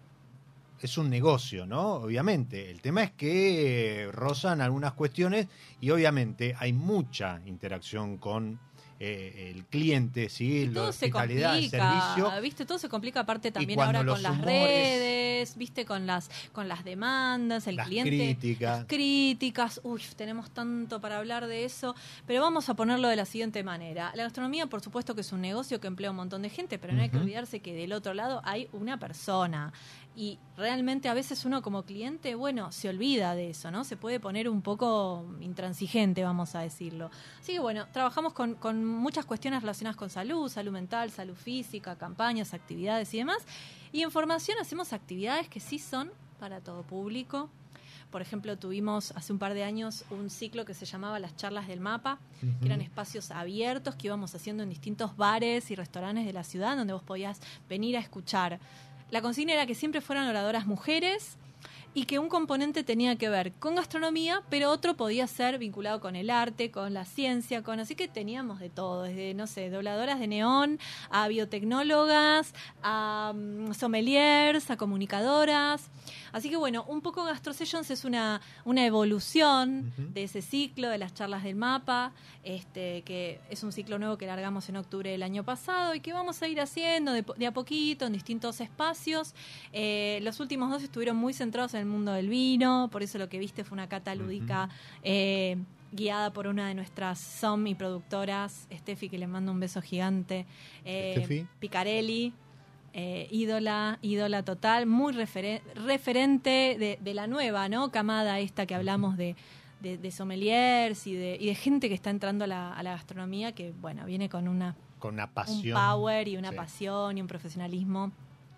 es un negocio, ¿no? Obviamente. El tema es que eh, rozan algunas cuestiones y obviamente hay mucha interacción con eh, el cliente, ¿sí? Y todo La se hospitalidad, el complica, servicio. ¿viste? Todo se complica aparte también cuando ahora los con las humores- redes, ¿viste? Con las con las demandas, el Las cliente, críticas. las críticas. Uy, tenemos tanto para hablar de eso, pero vamos a ponerlo de la siguiente manera. La gastronomía, por supuesto que es un negocio que emplea un montón de gente, pero no hay que Ujú. olvidarse que del otro lado hay una persona. Y realmente a veces uno como cliente, bueno, se olvida de eso, ¿no? Se puede poner un poco intransigente, vamos a decirlo. Así que bueno, trabajamos con, con muchas cuestiones relacionadas con salud, salud mental, salud física, campañas, actividades y demás. Y en formación hacemos actividades que sí son para todo público. Por ejemplo, tuvimos hace un par de años un ciclo que se llamaba Las Charlas del Mapa, Ujú. que eran espacios abiertos que íbamos haciendo en distintos bares y restaurantes de la ciudad donde vos podías venir a escuchar. La consigna era que siempre fueran oradoras mujeres y que un componente tenía que ver con gastronomía, pero otro podía ser vinculado con el arte, con la ciencia, con así que teníamos de todo, desde, no sé, dobladoras de neón, a biotecnólogas, a um, sommeliers, a comunicadoras. Así que bueno, un poco Gastro Sessions es una, una evolución Ujú. de ese ciclo de las charlas del mapa, este, que es un ciclo nuevo que largamos en octubre del año pasado y que vamos a ir haciendo de, po- de a poquito en distintos espacios. Eh, los últimos dos estuvieron muy centrados en el mundo del vino, por eso lo que viste fue una cata lúdica eh, guiada por una de nuestras som y productoras, Steffi, que le mando un beso gigante, eh, Steffi. Picarelli. Eh, ídola, ídola total, muy referen- referente de, de la nueva, ¿no? Camada esta que hablamos de, de, de sommeliers y de, y de gente que está entrando a la, a la gastronomía, que bueno, viene con una Con una un pasión. power y una Sí. pasión y un profesionalismo.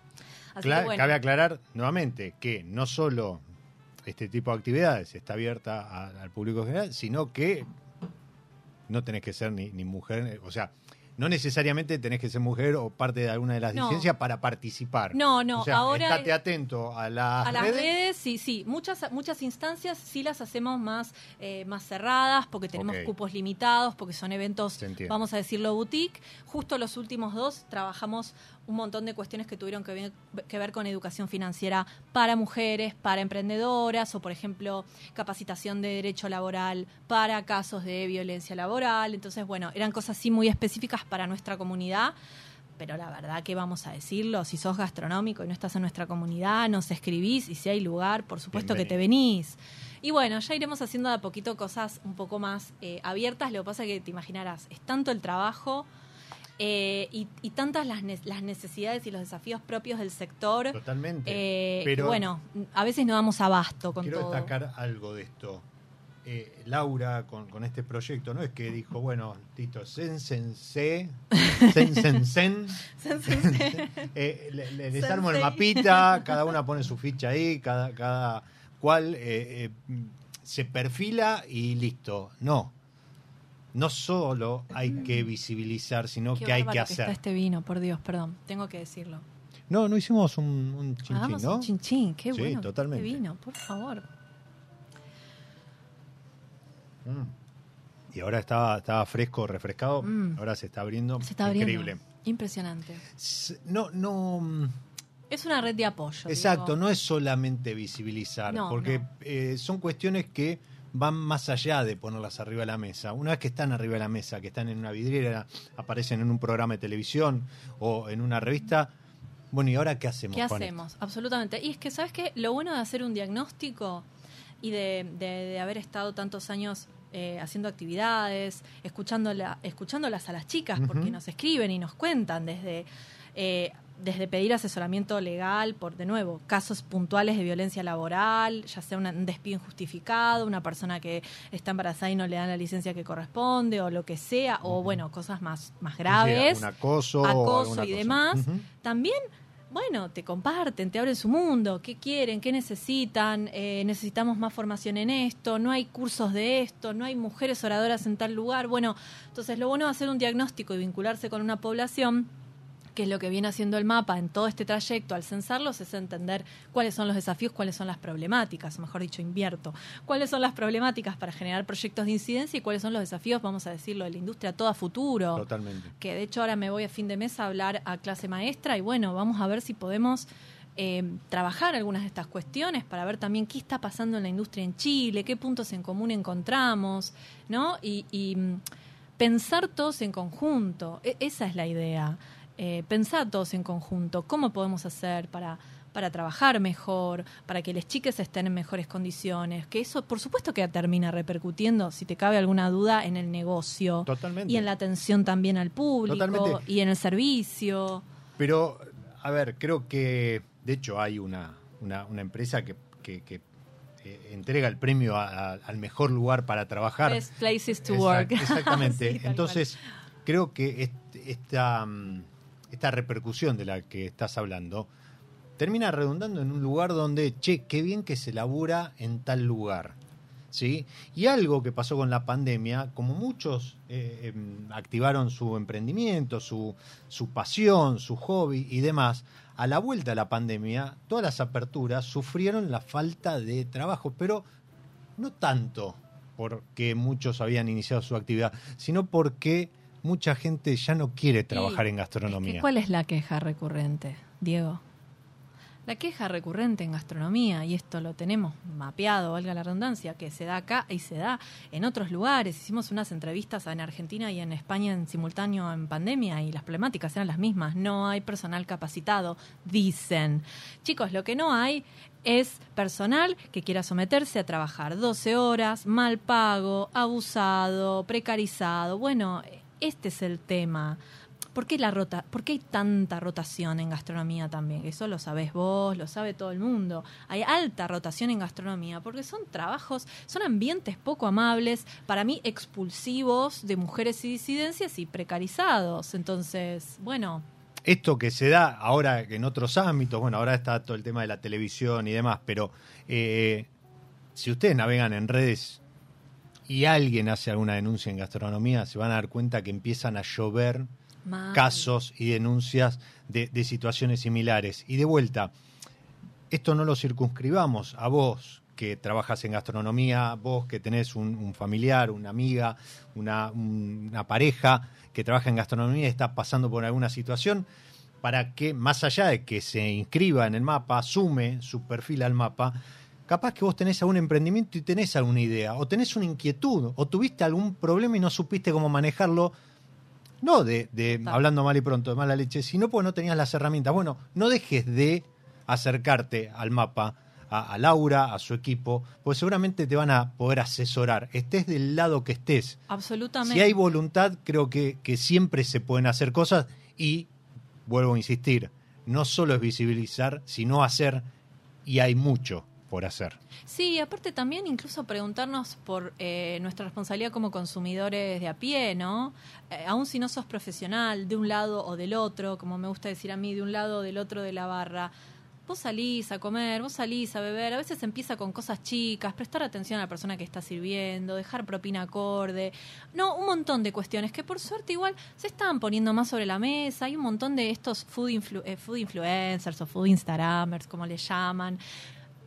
Así Cla- que bueno, Cabe aclarar nuevamente que no solo este tipo de actividades está abierta a- al público general, sino que no tenés que ser ni, ni mujer, o sea, no necesariamente tenés que ser mujer o parte de alguna de las No. disidencias para participar. No, no, O sea, ahora estate es- atento a las, a las redes. redes, sí, sí, muchas muchas instancias sí las hacemos más eh, más cerradas porque tenemos Ok. cupos limitados, porque son eventos, Se entiende. vamos a decirlo, boutique. Justo los últimos dos trabajamos un montón de cuestiones que tuvieron que ver, que ver con educación financiera para mujeres, para emprendedoras o, por ejemplo, capacitación de derecho laboral para casos de violencia laboral. Entonces, bueno, eran cosas así muy específicas para nuestra comunidad. Pero la verdad que vamos a decirlo, si sos gastronómico y no estás en nuestra comunidad, nos escribís y si hay lugar, por supuesto que te venís. Y bueno, ya iremos haciendo de a poquito cosas un poco más eh, abiertas. Lo que pasa es que te imaginarás, es tanto el trabajo eh, y, y tantas las, ne- las necesidades y los desafíos propios del sector. Totalmente. eh, Pero que bueno, a veces no damos abasto con quiero todo. destacar algo de esto. Eh, Laura, con, con este proyecto, ¿no? Es que dijo, bueno, listo, sensense, sensensen, eh, le- le- les armo el Sensei. mapita, cada una pone su ficha ahí, cada, cada cual eh, eh, se perfila y listo. No, no solo hay que visibilizar, sino Qué que hay que bárbaro que está hacer. este vino, por Dios, perdón, tengo que decirlo. No, no hicimos un, un chinchín, Hagamos ¿no? un chinchín, qué Sí, bueno. totalmente. Este vino, por favor. Mm. Y ahora estaba, estaba fresco, refrescado, Mm. ahora se está abriendo. Se está abriendo. Increíble. Impresionante. S- No, no. Es una red de apoyo. Exacto, digo. no es solamente visibilizar, No, porque no. eh, son cuestiones que van más allá de ponerlas arriba de la mesa. Una vez que están arriba de la mesa, que están en una vidriera, aparecen en un programa de televisión o en una revista, bueno, ¿y ahora qué hacemos? ¿Qué con hacemos? Absolutamente. Y es que, ¿sabes qué? Lo bueno de hacer un diagnóstico y de, de, de haber estado tantos años eh, haciendo actividades, escuchándola, escuchándolas a las chicas, Ujú. porque nos escriben y nos cuentan desde... Eh, desde pedir asesoramiento legal por, de nuevo, casos puntuales de violencia laboral, ya sea una- un despido injustificado, una persona que está embarazada y no le dan la licencia que corresponde, o lo que sea, o bueno, cosas más, más esto? graves, Sí, un acoso, o acoso alguna y cosa. demás. Ujú. También, bueno, te comparten, te abren su mundo, qué quieren, qué necesitan, eh, necesitamos más formación en esto, no hay cursos de esto, no hay mujeres oradoras en tal lugar. Bueno, entonces lo bueno de hacer un diagnóstico y vincularse con una población, que es lo que viene haciendo el mapa en todo este trayecto al censarlos, es entender cuáles son los desafíos, cuáles son las problemáticas, o mejor dicho, invierto, cuáles son las problemáticas para generar proyectos de incidencia y cuáles son los desafíos, vamos a decirlo, de la industria toda futuro. Totalmente. Que de hecho ahora me voy a fin de mes a hablar a clase maestra y bueno, vamos a ver si podemos eh, trabajar algunas de estas cuestiones para ver también qué está pasando en la industria en Chile, qué puntos en común encontramos, ¿no? Y, y mm, pensar todos en conjunto, e- esa es la idea. Eh, pensar todos en conjunto, cómo podemos hacer para, para trabajar mejor, para que las chicas estén en mejores condiciones, que eso por supuesto que termina repercutiendo, si te cabe alguna duda, en el negocio Totalmente. y en la atención también al público Totalmente. y en el servicio. Pero, a ver, creo que, de hecho, hay una, una, una empresa que, que, que eh, entrega el premio a- a- al mejor lugar para trabajar. Best places to Exact- work. Exactamente. Sí, tal Entonces, creo que est- esta, mm, esta repercusión de la que estás hablando termina redundando en un lugar donde, che, qué bien que se labura en tal lugar. ¿Sí? Y algo que pasó con la pandemia, como muchos eh, em, activaron su emprendimiento, su, su pasión, su hobby y demás, a la vuelta de la pandemia, todas las aperturas sufrieron la falta de trabajo, pero no tanto porque muchos habían iniciado su actividad, sino porque mucha gente ya no quiere trabajar Y en gastronomía. es que, ¿cuál es la queja recurrente, Diego? La queja recurrente en gastronomía, y esto lo tenemos mapeado, valga la redundancia, que se da acá y se da en otros lugares. Hicimos unas entrevistas en Argentina y en España en simultáneo en pandemia y las problemáticas eran las mismas. No hay personal capacitado, dicen. Chicos, lo que no hay es personal que quiera someterse a trabajar doce horas, mal pago, abusado, precarizado. Bueno, este es el tema. ¿Por qué, la rota, ¿Por qué hay tanta rotación en gastronomía también? Eso lo sabés vos, lo sabe todo el mundo. Hay alta rotación en gastronomía porque son trabajos, son ambientes poco amables, para mí expulsivos de mujeres y disidencias y precarizados. Entonces, bueno... Esto que se da ahora en otros ámbitos, bueno, ahora está todo el tema de la televisión y demás, pero eh, si ustedes navegan en redes y alguien hace alguna denuncia en gastronomía, se van a dar cuenta que empiezan a llover mal. casos y denuncias de, de situaciones similares. Y de vuelta, esto no lo circunscribamos a vos que trabajas en gastronomía, vos que tenés un, un familiar, una amiga, una, un- una pareja que trabaja en gastronomía y está pasando por alguna situación, para que más allá de que se inscriba en el mapa, sume su perfil al mapa, capaz que vos tenés algún emprendimiento y tenés alguna idea, o tenés una inquietud, o tuviste algún problema y no supiste cómo manejarlo. No de, de Total. hablando mal y pronto, de mala leche, sino porque no tenías las herramientas. Bueno, no dejes de acercarte al mapa, a, a Laura, a su equipo, pues seguramente te van a poder asesorar, estés del lado que estés. Absolutamente. Si hay voluntad, creo que, que siempre se pueden hacer cosas y, vuelvo a insistir, no solo es visibilizar, sino hacer, y hay mucho por hacer. Sí, aparte también incluso preguntarnos por eh, nuestra responsabilidad como consumidores de a pie, ¿no? Eh, aun si no sos profesional, de un lado o del otro, como me gusta decir a mí, de un lado o del otro de la barra, vos salís a comer, vos salís a beber, a veces empieza con cosas chicas, prestar atención a la persona que está sirviendo, dejar propina acorde, no, un montón de cuestiones que por suerte igual se están poniendo más sobre la mesa, hay un montón de estos food, influ- eh, food influencers o food instagramers, como le llaman,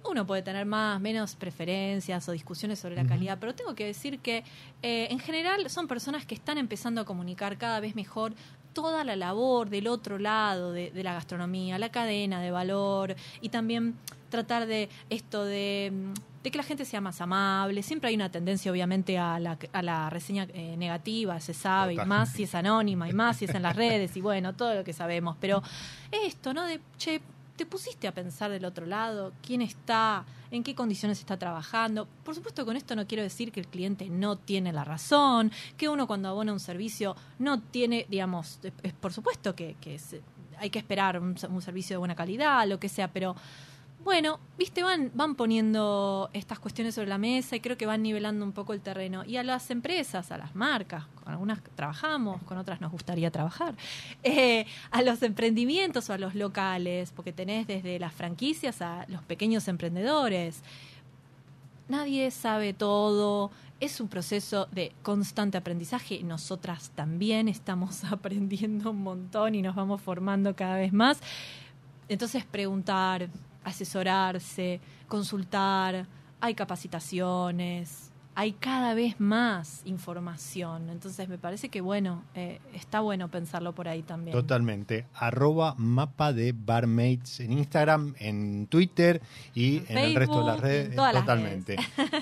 uno puede tener más, menos preferencias o discusiones sobre la calidad, pero tengo que decir que eh, en general son personas que están empezando a comunicar cada vez mejor toda la labor del otro lado de, de la gastronomía, la cadena de valor, y también tratar de esto de, de que la gente sea más amable. Siempre hay una tendencia, obviamente, a la, a la reseña eh, negativa, se sabe, Total. y más si es anónima, y más si es en las redes, y bueno, todo lo que sabemos. Pero esto, ¿no? De, che, ¿te pusiste a pensar del otro lado? ¿Quién está? ¿En qué condiciones está trabajando? Por supuesto, con esto no quiero decir que el cliente no tiene la razón, que uno cuando abona un servicio no tiene, digamos, es, es por supuesto que, que es, hay que esperar un, un servicio de buena calidad, lo que sea, pero bueno, viste, van, van poniendo estas cuestiones sobre la mesa y creo que van nivelando un poco el terreno. Y a las empresas, a las marcas, con algunas trabajamos, con otras nos gustaría trabajar, eh, a los emprendimientos o a los locales, porque tenés desde las franquicias a los pequeños emprendedores. Nadie sabe todo, es un proceso de constante aprendizaje. Nosotras también estamos aprendiendo un montón y nos vamos formando cada vez más. Entonces, preguntar, asesorarse, consultar, hay capacitaciones, hay cada vez más información. Entonces me parece que bueno, eh, está bueno pensarlo por ahí también. Totalmente. Arroba mapa de barmaids en Instagram, en Twitter y en, En el resto de las Facebook, redes. en todas las Totalmente.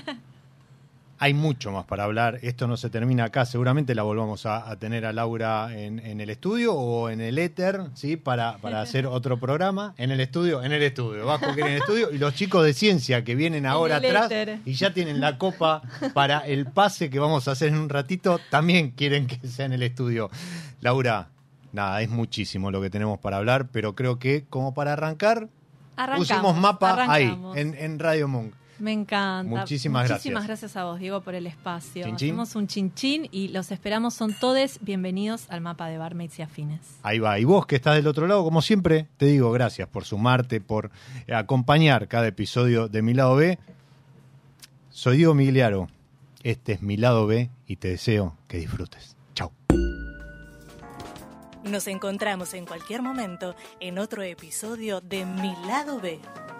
Hay mucho más para hablar. Esto no se termina acá. Seguramente la volvamos a, a tener a Laura en, en el estudio o en el éter, ¿sí? Para, para hacer otro programa. En el estudio, en el estudio. Vasco quiere en el estudio. Y los chicos de ciencia que vienen ahora el atrás éter. y ya tienen la copa para el pase que vamos a hacer en un ratito, también quieren que sea en el estudio. Laura, nada, es muchísimo lo que tenemos para hablar, pero creo que como para arrancar, Arrancamos, pusimos mapa arrancamos. ahí, en, en Radio Monk. Me encanta. Muchísimas gracias. Muchísimas gracias a vos, Diego, por el espacio. Chin, chin. Hacemos un chin chin y los esperamos. Son todos bienvenidos al mapa de Barmaids y Afines. Ahí va. Y vos que estás del otro lado, como siempre, te digo gracias por sumarte, por acompañar cada episodio de Mi Lado B. Soy Diego Migliaro. Este es Mi Lado B y te deseo que disfrutes. Chau. Nos encontramos en cualquier momento en otro episodio de Mi Lado B.